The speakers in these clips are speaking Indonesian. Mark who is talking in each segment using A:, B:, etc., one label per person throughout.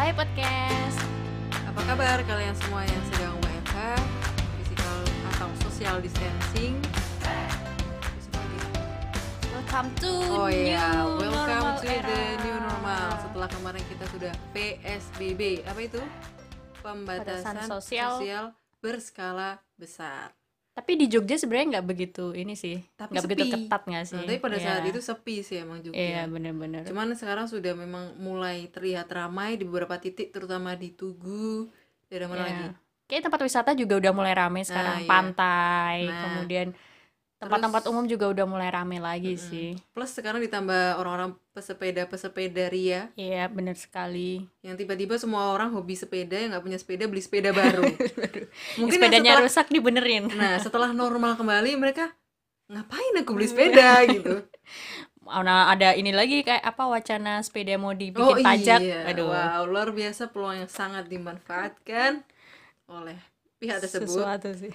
A: Hai podcast.
B: Apa kabar kalian semua yang sedang WFH, physical atau social distancing?
A: Welcome to
B: welcome to
A: era.
B: the new normal. Setelah kemarin kita sudah PSBB, apa itu? Pembatasan
A: Pembatasan sosial.
B: berskala besar.
A: Tapi di Jogja sebenarnya nggak begitu ini sih,
B: Tapi
A: nggak begitu
B: sepi.
A: ketat nggak sih?
B: Nah, tapi pada saat
A: Iya.
B: itu sepi sih emang Jogja.
A: Iya benar-benar.
B: Cuman sekarang sudah memang mulai terlihat ramai di beberapa titik, terutama di Tugu. Daerah mana lagi?
A: Kayak tempat wisata juga udah mulai rame sekarang,
B: iya.
A: pantai,
B: Nah,
A: kemudian tempat-tempat umum juga udah mulai rame lagi sih.
B: Plus sekarang ditambah orang-orang pesepeda ria
A: Iya benar sekali.
B: yang tiba-tiba semua orang hobi sepeda, yang nggak punya sepeda beli sepeda baru. Mungkin
A: Sepedanya
B: setelah,
A: rusak dibenerin.
B: Nah setelah normal kembali mereka ngapain aku beli sepeda gitu.
A: Nah, ada ini lagi kayak apa wacana sepeda mau dibikin pajak. Aduh.
B: Wow, luar biasa, peluang yang sangat dimanfaatkan oleh pihak tersebut.
A: Sesuatu sih.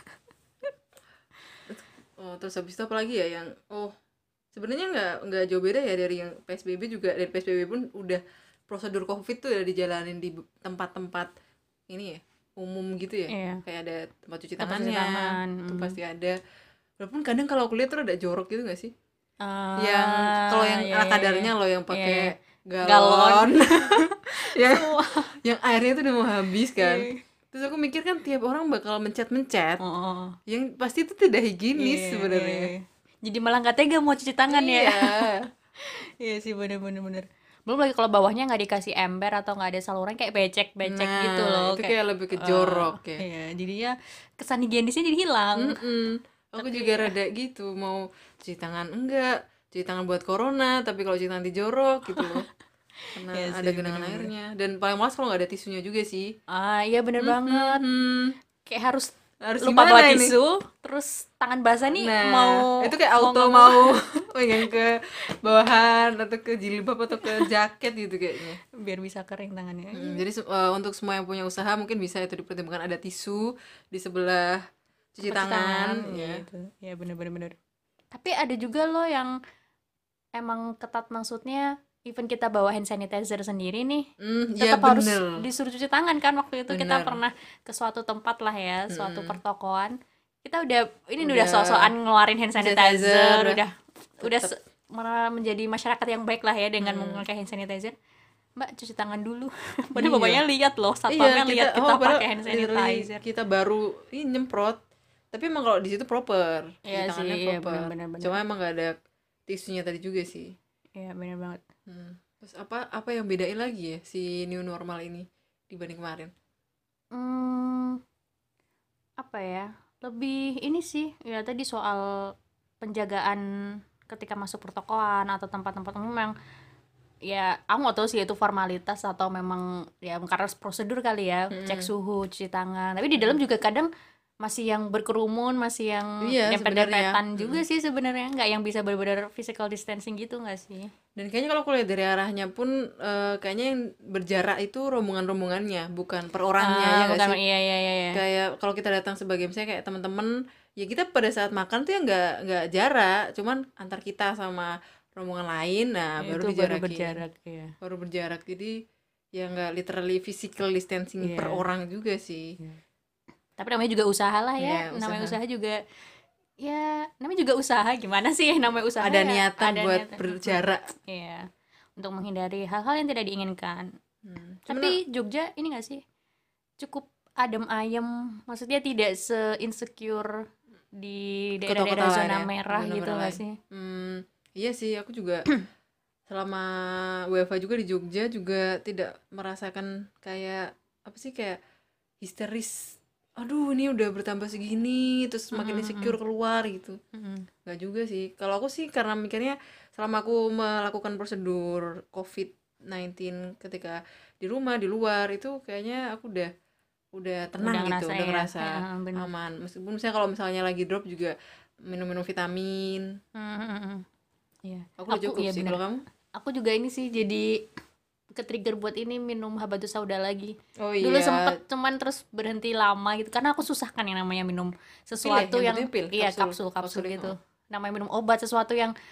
B: Oh, terus habis itu apa lagi ya yang sebenarnya nggak jauh beda ya dari yang PSBB juga. Dari PSBB pun udah prosedur COVID tuh udah dijalanin di tempat-tempat ini ya, umum gitu ya.
A: Iya.
B: Kayak ada tempat cuci
A: Tempat
B: tangannya,
A: cuci tangan,
B: itu pasti ada. Walaupun kadang kalau aku lihat tuh ada jorok gitu nggak sih?
A: Ah,
B: Yang kalau yang
A: iya,
B: ala
A: iya,
B: kadarnya
A: iya.
B: loh yang pakai
A: Iya.
B: galon, yang
A: Wah.
B: yang airnya tuh udah mau habis kan.
A: Iya.
B: Terus aku mikir kan tiap orang bakal mencet-mencet,
A: Oh,
B: yang pasti itu tidak higienis
A: iya,
B: sebenarnya.
A: iya. Jadi malah nggak tega mau cuci tangan ya.
B: Iya.
A: Iya sih bener. Belum lagi kalau bawahnya nggak dikasih ember atau nggak ada saluran kayak becek-becek
B: Nah,
A: gitu loh.
B: itu kayak lebih ke jorok ya.
A: Iya, jadinya kesan higienisnya jadi hilang.
B: Aku juga rada gitu, mau cuci tangan enggak, cuci tangan buat corona, tapi kalau cuci tangan dijorok gitu loh. Karena
A: Iya
B: ada
A: sih,
B: genangan
A: bener-bener.
B: airnya. Dan paling males kalau nggak ada tisunya juga sih.
A: Ah, iya bener banget. Kayak harus
B: Harus
A: lupa
B: gimana
A: bawa
B: ini?
A: tisu, terus tangan basah nih
B: Nah,
A: mau
B: itu kayak auto mau pegang ke bawahan atau ke jilbab atau ke jaket gitu kayaknya.
A: biar bisa kering tangannya.
B: Jadi untuk semua yang punya usaha mungkin bisa itu dipertimbangkan, ada tisu di sebelah cuci tangan ya.
A: gitu. Ya bener. Tapi ada juga loh yang emang ketat, maksudnya even kita bawa hand sanitizer sendiri nih,
B: Ya
A: tetap harus
B: bener.
A: disuruh cuci tangan kan. Waktu itu kita
B: Bener.
A: pernah ke suatu tempat lah ya, suatu pertokoan, kita udah sok-sokan ngeluarin hand
B: sanitizer,
A: sanitizer, udah malah menjadi masyarakat yang baik lah ya dengan memakai hand sanitizer. Mbak cuci tangan dulu. Padahal
B: Iya.
A: bapaknya lihat loh, satpamnya lihat kita
B: padahal
A: pakai hand
B: literally
A: sanitizer.
B: kita baru nyemprot, tapi emang kalau di situ proper, cuci
A: Iya
B: tangannya
A: sih, iya,
B: proper.
A: bener.
B: Cuma emang nggak ada tisunya tadi juga sih.
A: Iya bener banget.
B: Terus apa yang bedain lagi ya si new normal ini dibanding kemarin?
A: Apa ya, lebih ini sih ya tadi soal penjagaan ketika masuk pertokoan atau tempat-tempat umum yang ya aku nggak tahu sih itu formalitas atau memang ya karena prosedur kali ya, cek suhu, cuci tangan, tapi di dalam juga kadang masih yang berkerumun, masih yang
B: Iya,
A: dempet-dempetan
B: sebenarnya.
A: juga sih sebenarnya, nggak yang bisa benar-benar physical distancing gitu nggak sih?
B: Dan kayaknya kalau aku lihat dari arahnya pun kayaknya yang berjarak itu rombongan-rombongannya, bukan per orangnya, ya nggak
A: bukan,
B: sih?
A: iya.
B: Kayak kalau kita datang sebagai misalnya kayak teman-teman, ya kita pada saat makan tuh ya nggak jarak, cuman antar kita sama rombongan lain, nah baru
A: Itu baru
B: dijarakin.
A: berjarak ya.
B: Baru berjarak, jadi ya nggak literally physical distancing per orang juga sih.
A: Tapi namanya juga usaha lah ya,
B: Iya,
A: namanya usaha juga ya, namanya juga usaha, gimana sih namanya usaha
B: Ada
A: ya,
B: niatan
A: ada
B: buat
A: niatan.
B: berjarak.
A: Iya, untuk menghindari hal-hal yang tidak diinginkan. Tapi Jogja ini nggak sih cukup adem ayem, maksudnya tidak se-insecure di daerah-daerah
B: Kota-kota
A: zona
B: lain ya,
A: merah
B: zona
A: gitu
B: merah
A: nggak
B: lain.
A: sih?
B: Iya sih, aku juga selama WFH juga di Jogja juga tidak merasakan kayak apa sih, kayak histeris. Aduh, ini udah bertambah segini, terus makin insecure keluar gitu. Nggak juga sih. Kalau aku sih karena mikirnya selama aku melakukan prosedur COVID-19 ketika di rumah, di luar itu kayaknya aku udah tenang gitu, udah ngerasa
A: bener.
B: aman. Meskipun misalnya kalau misalnya lagi drop juga minum-minum vitamin.
A: Iya.
B: Aku udah cukup sih.
A: bener.
B: Kalau kamu?
A: Aku juga ini sih jadi ke-trigger buat ini minum habatus sauda lagi.
B: Oh
A: Dulu
B: iya.
A: sempet cuman terus berhenti lama gitu karena aku susah kan yang namanya minum sesuatu
B: Pil ya?
A: yang
B: Yang penting pil,
A: iya
B: kapsul
A: kapsul
B: ini.
A: gitu. Namanya minum obat sesuatu yang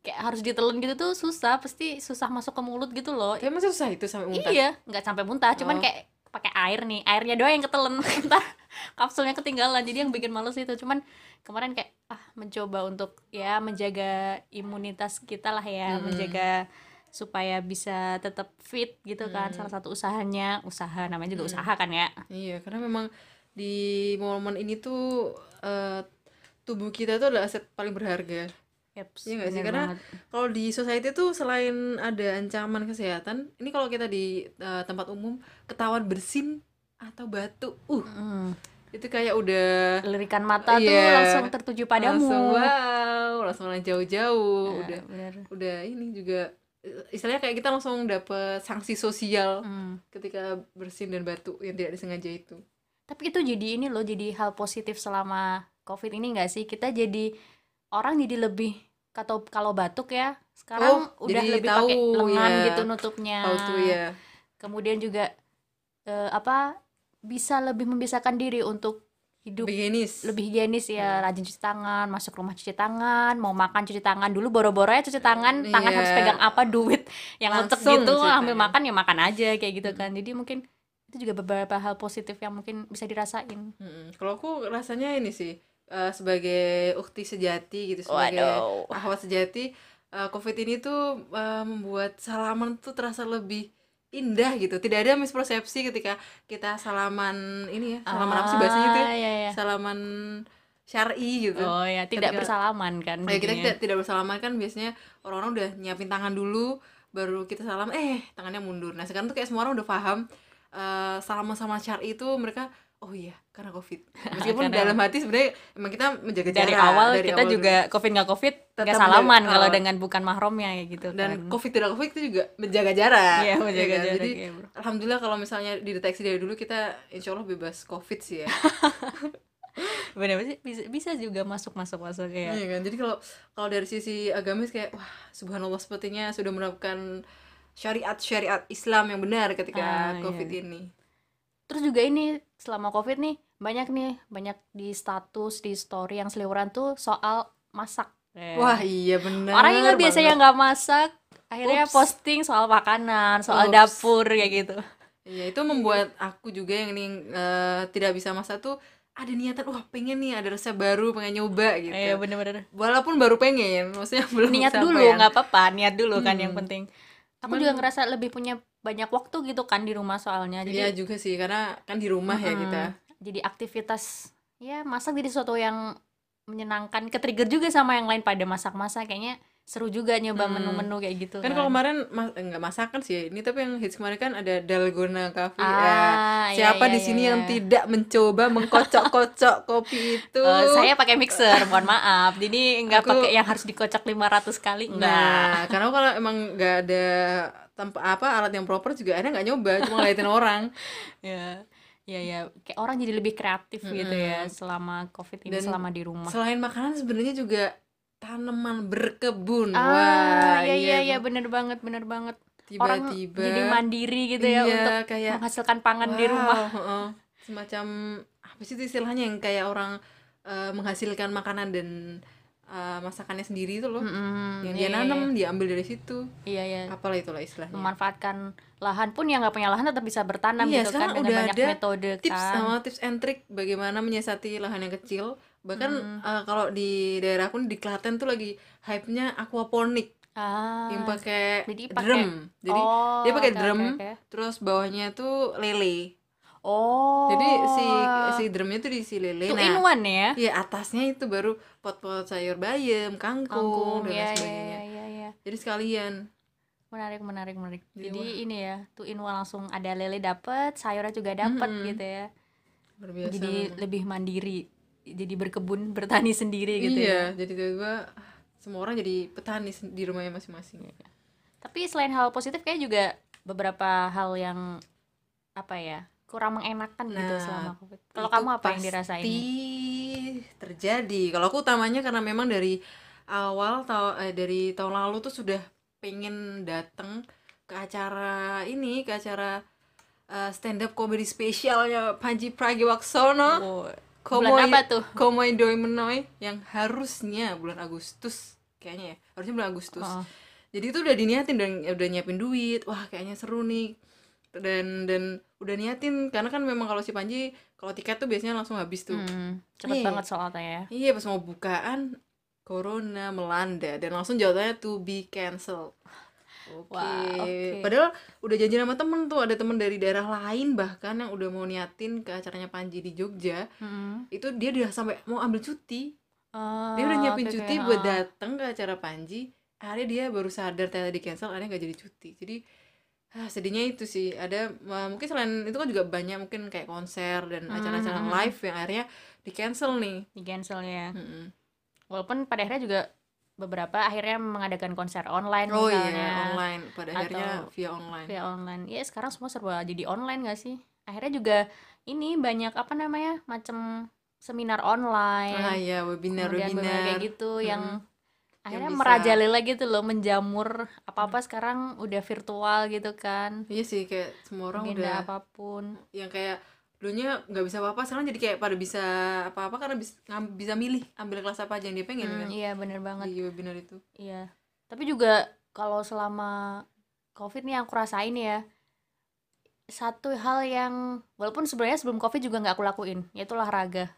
A: kayak harus ditelan gitu tuh susah, pasti susah masuk ke mulut gitu loh.
B: Tapi masih susah itu sampai muntah.
A: Iya, nggak sampai muntah, cuman
B: Oh.
A: kayak pakai air nih, airnya doang yang ketelen, ntar kapsulnya ketinggalan, jadi yang bikin males itu. Cuman kemarin kayak mencoba untuk ya menjaga imunitas kita lah ya, menjaga supaya bisa tetap fit gitu kan. Salah satu usaha namanya juga usaha kan ya.
B: Iya, karena memang di momen ini tuh tubuh kita tuh adalah aset paling berharga.
A: Yeps,
B: Iya nggak sih?
A: bener
B: Karena
A: banget.
B: kalau di society tuh selain ada ancaman kesehatan, ini kalau kita di tempat umum ketahuan bersin atau batuk, itu kayak udah
A: Lirikan mata tuh
B: iya,
A: langsung tertuju padamu.
B: langsung jauh-jauh,
A: Nah, bener.
B: udah ini juga istilahnya kayak kita langsung dapet sanksi sosial ketika bersin dan batuk yang tidak disengaja itu.
A: Tapi itu jadi ini loh, jadi hal positif selama COVID ini nggak sih? Kita jadi orang jadi lebih kalau batuk ya sekarang udah
B: jadi
A: lebih
B: tahu
A: pakai lengan
B: ya,
A: gitu nutupnya.
B: tahu tuh ya.
A: Kemudian juga bisa lebih membiasakan diri untuk hidup lebih higienis ya, rajin cuci tangan, masuk rumah cuci tangan, mau makan cuci tangan dulu, boro-boro ya cuci tangan, tangan harus pegang apa, duit yang lecek
B: Langsung
A: gitu,
B: cuci
A: ambil
B: tangan.
A: makan ya makan aja kayak gitu kan. Jadi mungkin itu juga beberapa hal positif yang mungkin bisa dirasain.
B: Kalau aku rasanya ini sih sebagai ukti sejati gitu, sebagai akhwat sejati, COVID ini tuh membuat salaman tuh terasa lebih indah gitu. Tidak ada mispersepsi ketika kita salaman ini ya, salaman apa sih bahasanya itu ya?
A: Iya.
B: Salaman syar'i gitu.
A: Oh ya, tidak
B: Ketika-
A: bersalaman kan
B: kita
A: jadinya.
B: tidak bersalaman kan biasanya orang-orang udah nyiapin tangan dulu baru kita salam, tangannya mundur. Nah sekarang tuh kayak semua orang udah paham salaman sama syar'i itu mereka, oh iya karena COVID. Meskipun
A: Karena
B: dalam hati sebenarnya emang kita menjaga jarak
A: dari awal
B: dari
A: kita
B: awal
A: juga COVID nggak COVID
B: Tetap
A: nggak salaman
B: menjaga-
A: kalau
B: oh.
A: dengan bukan mahramnya ya gitu
B: dan
A: kan.
B: COVID tidak COVID itu juga menjaga jarak.
A: Iya, menjaga
B: kan?
A: jarak,
B: Jadi
A: iya, bro.
B: alhamdulillah kalau misalnya dideteksi dari dulu kita insya Allah bebas COVID sih ya.
A: Benar sih, bisa juga masuk ya.
B: Iya kan. Jadi kalau dari sisi agamis kayak wah subhanallah, sepertinya sudah menerapkan syariat Islam yang benar ketika COVID ini.
A: Terus juga ini selama COVID nih banyak di status, di story yang seliweran tuh soal masak.
B: Wah iya benar.
A: Orang yang biasanya nggak masak akhirnya posting soal makanan, soal dapur kayak gitu.
B: Iya, itu membuat aku juga yang ini tidak bisa masak tuh ada niatan, wah pengen nih ada resep baru, pengen nyoba gitu.
A: Iya bener-bener.
B: Walaupun baru pengen, maksudnya belum
A: niat
B: sampai
A: dulu
B: yang-
A: nggak apa-apa, niat dulu kan yang penting. Aku juga ngerasa lebih punya banyak waktu gitu kan di rumah soalnya. Jadi
B: Iya juga sih, karena kan di rumah ya kita.
A: jadi aktivitas ya masak jadi sesuatu yang menyenangkan, ke-trigger juga sama yang lain pada masak-masak, kayaknya seru juga nyoba menu-menu kayak gitu
B: Kan
A: kan.
B: kalau kemarin nggak masakan sih ini, tapi yang hits kemarin kan ada Dalgona Coffee.
A: iya,
B: Siapa di sini yang tidak mencoba mengkocok-kocok kopi itu?
A: Saya pakai mixer, mohon maaf. Jadi nggak pakai yang harus dikocok 500 kali, enggak.
B: Nah, karena kalau emang nggak ada alat yang proper juga ada nggak nyoba, cuma ngeliatin orang.
A: Ya, kayak orang jadi lebih kreatif gitu ya selama COVID ini, selama di rumah.
B: Selain makanan sebenarnya juga tanaman, berkebun.
A: Iya, bener banget. Orang
B: Tiba-tiba
A: jadi mandiri gitu ya untuk
B: kayak
A: menghasilkan pangan di rumah.
B: Semacam apa sih itu istilahnya, yang kayak orang menghasilkan makanan dan masakannya sendiri itu loh. Yang dia nanam, dia ambil dari situ.
A: Iya.
B: Apalah itulah istilahnya.
A: Memanfaatkan lahan pun yang nggak punya lahan tetap bisa bertanam gitu kan, dengan
B: udah
A: banyak
B: ada
A: metode
B: tips and trik bagaimana menyiasati lahan yang kecil. Bahkan kalau di daerahku di Klaten tuh lagi hype-nya aquaponik. Yang pakai drum. Jadi dia pakai drum, terus bawahnya tuh lele. Jadi si drumnya tuh diisi lele.
A: Two in one ya?
B: Iya, atasnya itu baru pot-pot sayur bayam, kangkung dan lain sebagainya.
A: Iya.
B: Jadi sekalian.
A: Menarik. Jadi ini ya, two in one, langsung ada lele dapet, sayurnya juga dapet gitu ya.
B: Berbiasa.
A: Jadi lebih mandiri, jadi berkebun, bertani sendiri gitu ya.
B: Iya, jadi tiba-tiba semua orang jadi petani di rumahnya masing-masing.
A: Tapi selain hal positif kayak juga beberapa hal yang kurang mengenakan gitu selama COVID. Kalau kamu apa yang dirasain?
B: Pasti terjadi. Kalau aku utamanya karena memang dari awal dari tahun lalu tuh sudah pengen datang ke acara stand up comedy spesialnya Panji Pragiwaksono.
A: Bulan apa tuh?
B: Komoi Doi Menoi yang harusnya bulan Agustus kayaknya ya, harusnya bulan Agustus.
A: Heeh.
B: Jadi itu udah diniatin dan udah nyiapin duit, wah kayaknya seru nih, dan udah niatin karena kan memang kalau si Panji kalau tiket tuh biasanya langsung habis tuh.
A: Cepet
B: Iya,
A: banget soalnya ya.
B: iya pas mau bukaan corona melanda dan langsung jawabannya to be cancel. Oke,
A: Wah, oke.
B: padahal udah janji sama temen tuh, ada temen dari daerah lain bahkan yang udah mau niatin ke acaranya Panji di Jogja. Itu dia udah sampai mau ambil cuti, dia udah nyiapin
A: Oke, oke,
B: cuti buat datang ke acara Panji. Akhirnya dia baru sadar ternyata di cancel, akhirnya gak jadi cuti. Jadi sedihnya itu sih. Ada mungkin selain itu kan juga banyak mungkin kayak konser dan acara-acara live yang akhirnya di cancel nih.
A: di cancel ya.
B: Mm-mm.
A: Walaupun pada akhirnya juga beberapa akhirnya mengadakan konser online
B: Oh
A: misalnya.
B: iya, online pada akhirnya
A: Atau
B: via online.
A: via online. Ya sekarang semua serba jadi online gak sih? Akhirnya juga ini banyak apa namanya macam seminar online,
B: Ah iya,
A: kemudian beberapa kayak
B: webinar-webinar
A: gitu yang
B: yang
A: akhirnya
B: bisa.
A: merajalela gitu loh, menjamur apa-apa sekarang udah virtual gitu kan.
B: Iya sih, kayak semua orang
A: Agenda
B: udah
A: apapun.
B: yang kayak dulunya nggak bisa apa-apa, sekarang jadi kayak pada bisa apa-apa karena bisa milih ambil kelas apa aja yang dia pengen kan
A: Iya bener banget.
B: di webinar itu.
A: Iya. Tapi juga kalau selama COVID nih yang aku rasain ya, satu hal yang walaupun sebenarnya sebelum COVID juga nggak aku lakuin, yaitu olahraga.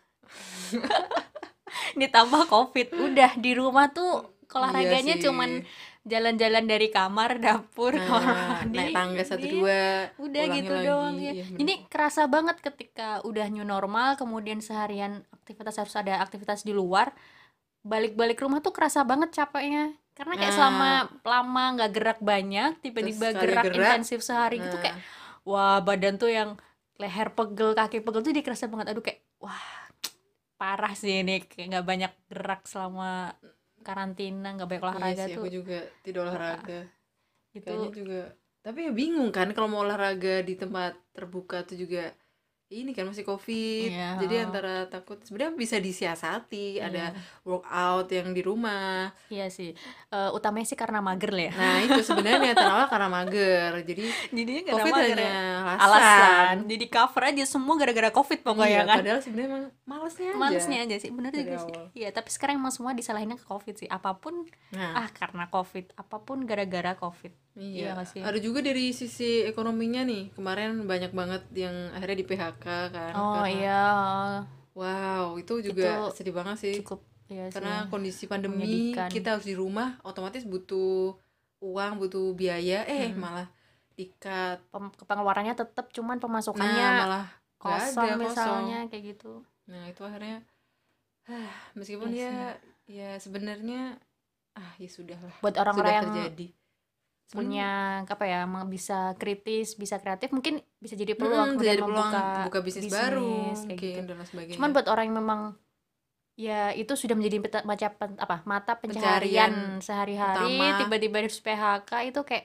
A: Ditambah COVID, udah di rumah tuh olahraganya
B: Iya sih.
A: cuman jalan-jalan dari kamar, dapur, kamar mandi,
B: naik tangga 1
A: iya,
B: 2
A: udah
B: ulangi
A: gitu
B: lagi.
A: doang ya.
B: Iya, bener.
A: Jadi kerasa banget ketika udah new normal, kemudian seharian aktivitas harus ada aktivitas di luar, balik-balik rumah tuh kerasa banget capeknya. Karena kayak selama lama nggak gerak banyak, tiba-tiba
B: Terus sekali
A: gerak
B: gerak,
A: intensif sehari gitu kayak wah badan tuh yang leher pegel, kaki pegel tuh kerasa banget. Aduh kayak wah parah sih ini, kayak nggak banyak gerak selama karantina, nggak banyak
B: iya
A: olahraga
B: sih,
A: tuh.
B: aku juga tidak olahraga.
A: Itu
B: Kayaknya juga, tapi ya bingung kan kalau mau olahraga di tempat terbuka tuh juga ini kan masih COVID.
A: Iya,
B: Jadi antara takut sebenarnya bisa disiasati, ada
A: iya,
B: workout yang di rumah.
A: iya sih. Utamanya sih karena mager lah ya.
B: Nah, itu sebenarnya awal karena mager. Jadi
A: Jadinya karena
B: COVID
A: mager
B: hanya
A: ya.
B: alasan.
A: Alasan. Jadi cover aja semua gara-gara COVID pokoknya
B: Iya,
A: kan.
B: padahal sebenarnya emang malesnya aja.
A: Malesnya aja sih, bener
B: dari
A: juga sih.
B: awal.
A: Iya, tapi sekarang emang semua disalahinnya ke COVID sih. Apapun
B: Nah,
A: karena COVID, apapun gara-gara COVID.
B: iya.
A: nggak sih?
B: Ada juga dari sisi ekonominya nih. Kemarin banyak banget yang akhirnya di PHK kan.
A: Oh
B: Karena
A: iya,
B: wow, itu juga
A: Itu
B: sedih banget sih.
A: cukup iya sih.
B: Karena kondisi pandemi,
A: menyedihkan.
B: kita harus di rumah, otomatis butuh uang, butuh biaya, malah di-cut.
A: Pengeluarannya tetap, cuman pemasukannya
B: Nah, malah nggak
A: kosong
B: ada,
A: misalnya kayak gitu.
B: Nah, itu akhirnya meskipun
A: Iya
B: ya sebenarnya ya sudahlah,
A: Buat orang-orang
B: sudah
A: yang
B: terjadi.
A: punya apa ya, emang bisa kritis, bisa kreatif, mungkin bisa jadi peluang
B: Bisa
A: kemudian
B: jadi peluang
A: membuka
B: buka bisnis baru
A: kayak
B: mungkin
A: gitu.
B: dan lain sebagainya.
A: Cuman buat orang yang memang ya itu sudah menjadi mata pencaharian sehari-hari,
B: utama.
A: tiba-tiba harus PHK, itu kayak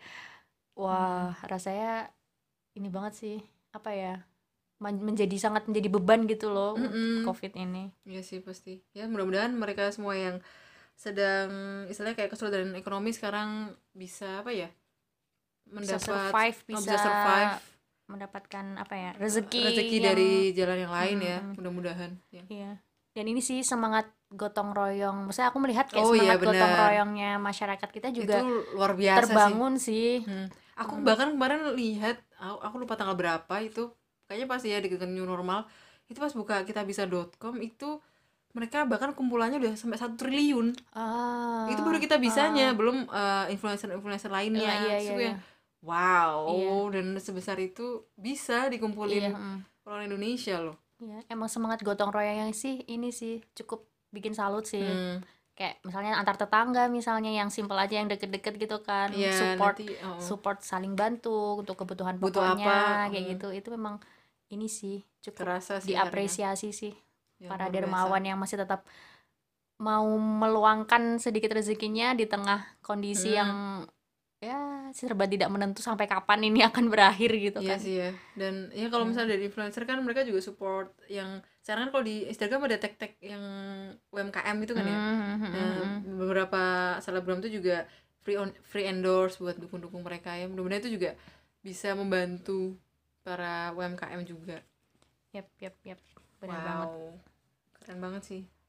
A: wah rasanya ini banget sih, apa ya, sangat menjadi beban gitu loh COVID ini.
B: Iya sih pasti. Ya mudah-mudahan mereka semua yang sedang istilahnya kayak kesulitan ekonomi sekarang bisa apa ya,
A: Bisa
B: mendapat
A: survive,
B: survive
A: mendapatkan apa ya, rezeki yang
B: dari jalan yang lain ya, mudah-mudahan ya.
A: iya. Dan ini sih semangat gotong royong. Maksudnya aku melihat kayak
B: Oh iya,
A: semangat gotong
B: benar.
A: royongnya masyarakat kita juga
B: Itu luar biasa
A: terbangun sih.
B: Aku bahkan kemarin lihat, aku lupa tanggal berapa itu, kayaknya pas ya di new normal itu, pas buka kitabisa.com itu mereka bahkan kumpulannya udah sampai 1 triliun. Itu baru kita bisanya, belum influencer lainnya.
A: Iya,
B: Terus gue
A: iya.
B: wow,
A: Iya.
B: dan sebesar itu bisa dikumpulin orang Indonesia loh.
A: Iya, emang semangat gotong royong yang sih ini sih cukup bikin salut sih. Kayak misalnya antar tetangga misalnya yang simpel aja, yang deket-deket gitu kan,
B: Iya,
A: support saling bantu untuk kebutuhan
B: butuh
A: pokoknya
B: apa,
A: kayak gitu. Itu memang ini sih cukup
B: kerasa sih
A: diapresiasi sih
B: ya,
A: para
B: luar biasa.
A: dermawan yang masih tetap mau meluangkan sedikit rezekinya di tengah kondisi yang ya serba tidak menentu sampai kapan ini akan berakhir gitu
B: Iya
A: kan.
B: sih ya. Dan ya kalau misalnya dari influencer kan mereka juga support yang sekarang kan kalau di Instagram ada tag-tag yang UMKM gitu kan ya. Nah, beberapa selebgram tuh juga free endorse buat dukung-dukung mereka ya. Mudah-mudahan itu juga bisa membantu para UMKM juga.
A: Yap. Benar banget.
B: Keren banget sih.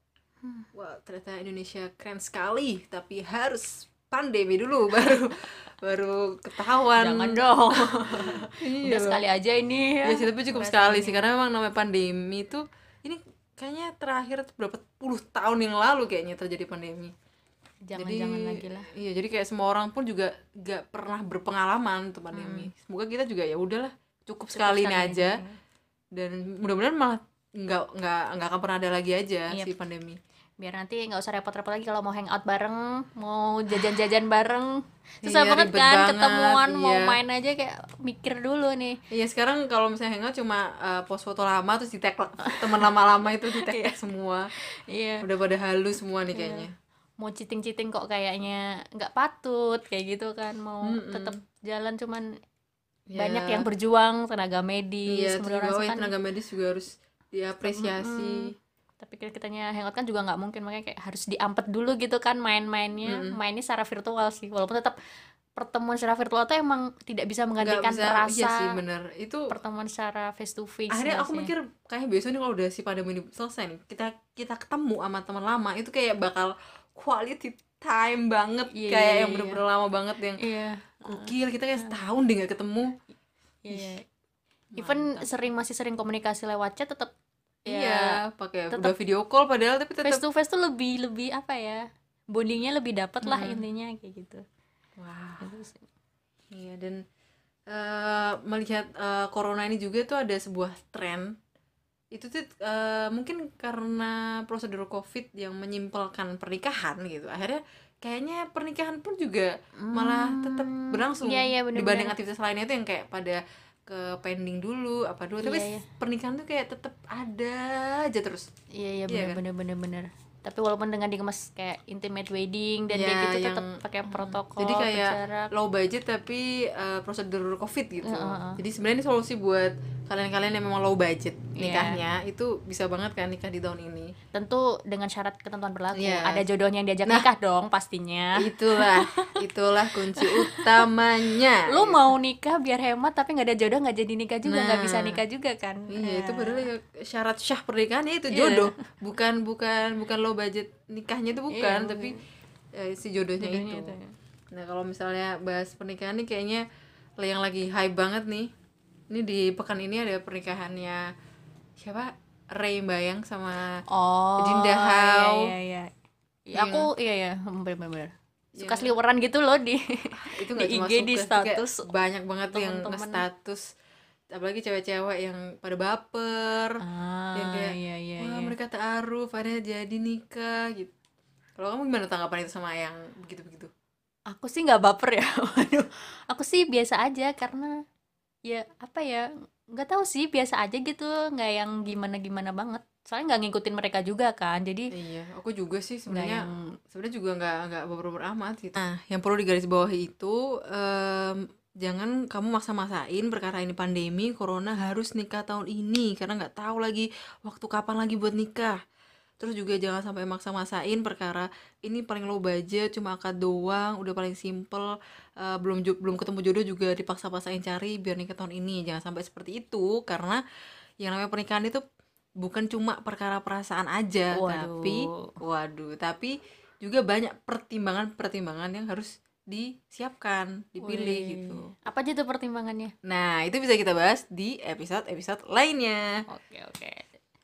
B: Wah, ternyata Indonesia keren sekali, tapi harus pandemi dulu baru baru ketahuan.
A: Jangan dong.
B: Iya
A: Udah
B: loh.
A: sekali aja ini ya.
B: Ya sih, tapi cukup sekali sih,
A: rasanya.
B: karena memang namanya pandemi itu ini kayaknya terakhir tuh berapa puluh tahun yang lalu kayaknya terjadi pandemi. Jadi
A: Jangan lagi lah.
B: iya, jadi kayak semua orang pun juga gak pernah berpengalaman untuk pandemi. Semoga kita juga ya udahlah, cukup sekali ini aja, dan mudah-mudahan malah nggak akan pernah ada lagi aja
A: Yep.
B: si pandemi.
A: Biar nanti nggak usah repot-repot lagi kalau mau hangout bareng, mau jajan-jajan bareng. Susah
B: Iya,
A: banget
B: ribet
A: kan
B: banget,
A: ketemuan, mau
B: iya.
A: main aja kayak mikir dulu nih.
B: Iya, sekarang kalau misalnya hangout cuma post foto lama terus di tag teman lama-lama itu di tag semua.
A: Iya.
B: Udah pada halus semua nih kayaknya.
A: Mau cheating-cheating kok kayaknya nggak patut kayak gitu kan, mau tetap jalan, cuman
B: Ya.
A: banyak yang berjuang, tenaga medis,
B: Iya, terus juga
A: kan.
B: tenaga medis juga harus diapresiasi.
A: Tapi kitanya hangout kan juga nggak mungkin, makanya kayak harus diampet dulu gitu kan mainnya secara virtual sih, walaupun tetap pertemuan secara virtual tuh emang tidak bisa menggantikan
B: Nggak bisa,
A: rasa
B: iya sih bener itu.
A: pertemuan secara face to face.
B: Akhirnya aku mikir kayak besok nih kalau udah si pandemi ini selesai nih, kita ketemu sama teman lama itu kayak bakal quality time banget.
A: Iya,
B: kayak
A: iya,
B: yang bener-bener lama banget, yang
A: iya,
B: gokil, kita kayak setahun deh gak ketemu.
A: iya. Even masih sering komunikasi lewat chat, tetap
B: Iya, pakai udah video call padahal, tapi
A: face
B: tetap
A: to face tuh lebih apa ya, bondingnya lebih dapet lah intinya kayak gitu.
B: wah.
A: Gitu sih.
B: Iya, dan melihat corona ini juga tuh ada sebuah tren. Itu tuh mungkin karena prosedur COVID yang menyimpelkan pernikahan gitu. Akhirnya kayaknya pernikahan pun juga malah tetap berlangsung.
A: Iya, bener-bener.
B: Dibanding aktivitas lainnya tuh yang kayak pada ke pending dulu apa dulu. Tapi
A: Iya.
B: pernikahan tuh kayak tetap ada aja terus.
A: Iya,
B: Iya kan?
A: bener. Tapi walaupun dengan dikemas kayak intimate wedding dan
B: Ya,
A: kayak gitu,
B: yang
A: tetap pakai protokol,
B: jadi kayak
A: jarak.
B: low budget tapi prosedur COVID gitu. Jadi sebenarnya ini solusi buat kalian-kalian yang memang low budget nikahnya, itu bisa banget kan nikah di tahun ini.
A: Tentu dengan syarat ketentuan berlaku.
B: Iya.
A: Ada jodohnya yang diajak nikah dong pastinya.
B: Itulah kunci utamanya.
A: Lu mau nikah biar hemat tapi nggak ada jodoh, nggak jadi nikah juga, nggak bisa nikah juga kan.
B: Iya, itu padahal ya syarat syah pernikahannya itu jodoh. Bukan low budget nikahnya itu bukan, tapi si jodohnya itu. Nah, kalau misalnya bahas pernikahan nih kayaknya yang lagi hype banget nih. Ini di pekan ini ada pernikahannya siapa? Ray Bayang sama Dinda Hao.
A: Iya. Aku iya bener. Suka seliweran gitu loh di
B: itu nggak
A: di
B: cuma
A: IG,
B: suka,
A: di status.
B: banyak banget tuh yang
A: temen-temen.
B: nge-status, apalagi cewek-cewek yang pada baper, yang kayak wah mereka ta'aruf akhirnya jadi nikah gitu. Kalau kamu gimana tanggapan itu sama yang begitu-begitu?
A: Aku sih nggak baper ya. Waduh, aku sih biasa aja, karena ya apa ya, nggak tahu sih, biasa aja gitu, nggak yang gimana banget. Soalnya nggak ngikutin mereka juga kan, jadi
B: Iya, aku juga sih sebenarnya juga nggak baper amat gitu.
A: Ah.
B: Nah, yang perlu digarisbawahi itu jangan kamu maksa-maksain perkara ini pandemi corona harus nikah tahun ini, karena nggak tahu lagi waktu kapan lagi buat nikah. Terus juga jangan sampai maksa-maksain perkara ini paling low budget, cuma akad doang, udah paling simple, belum ketemu jodoh juga dipaksa-paksain cari biar nikah tahun ini. Jangan sampai seperti itu, karena yang namanya pernikahan itu bukan cuma perkara perasaan aja, tapi juga banyak pertimbangan yang harus disiapkan, dipilih gitu.
A: Apa aja tuh pertimbangannya?
B: Nah, itu bisa kita bahas di episode lainnya.
A: Oke.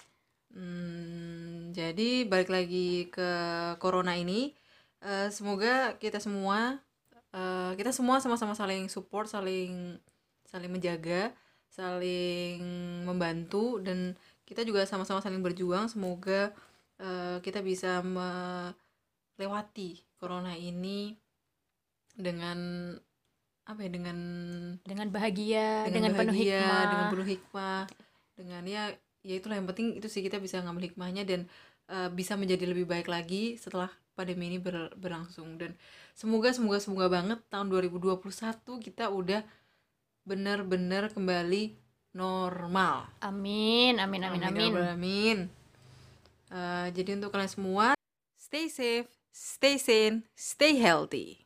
B: Jadi balik lagi ke corona ini, semoga kita semua sama-sama saling support, saling menjaga, saling membantu, dan kita juga sama-sama saling berjuang. Semoga kita bisa melewati corona ini dengan
A: bahagia, dengan penuh hikmah,
B: dengan ya itulah yang penting itu sih, kita bisa ngambil hikmahnya dan bisa menjadi lebih baik lagi setelah pandemi ini berlangsung. Dan semoga banget tahun 2021 kita udah benar-benar kembali normal.
A: Amin.
B: Jadi untuk kalian semua, stay safe, stay sane, stay healthy.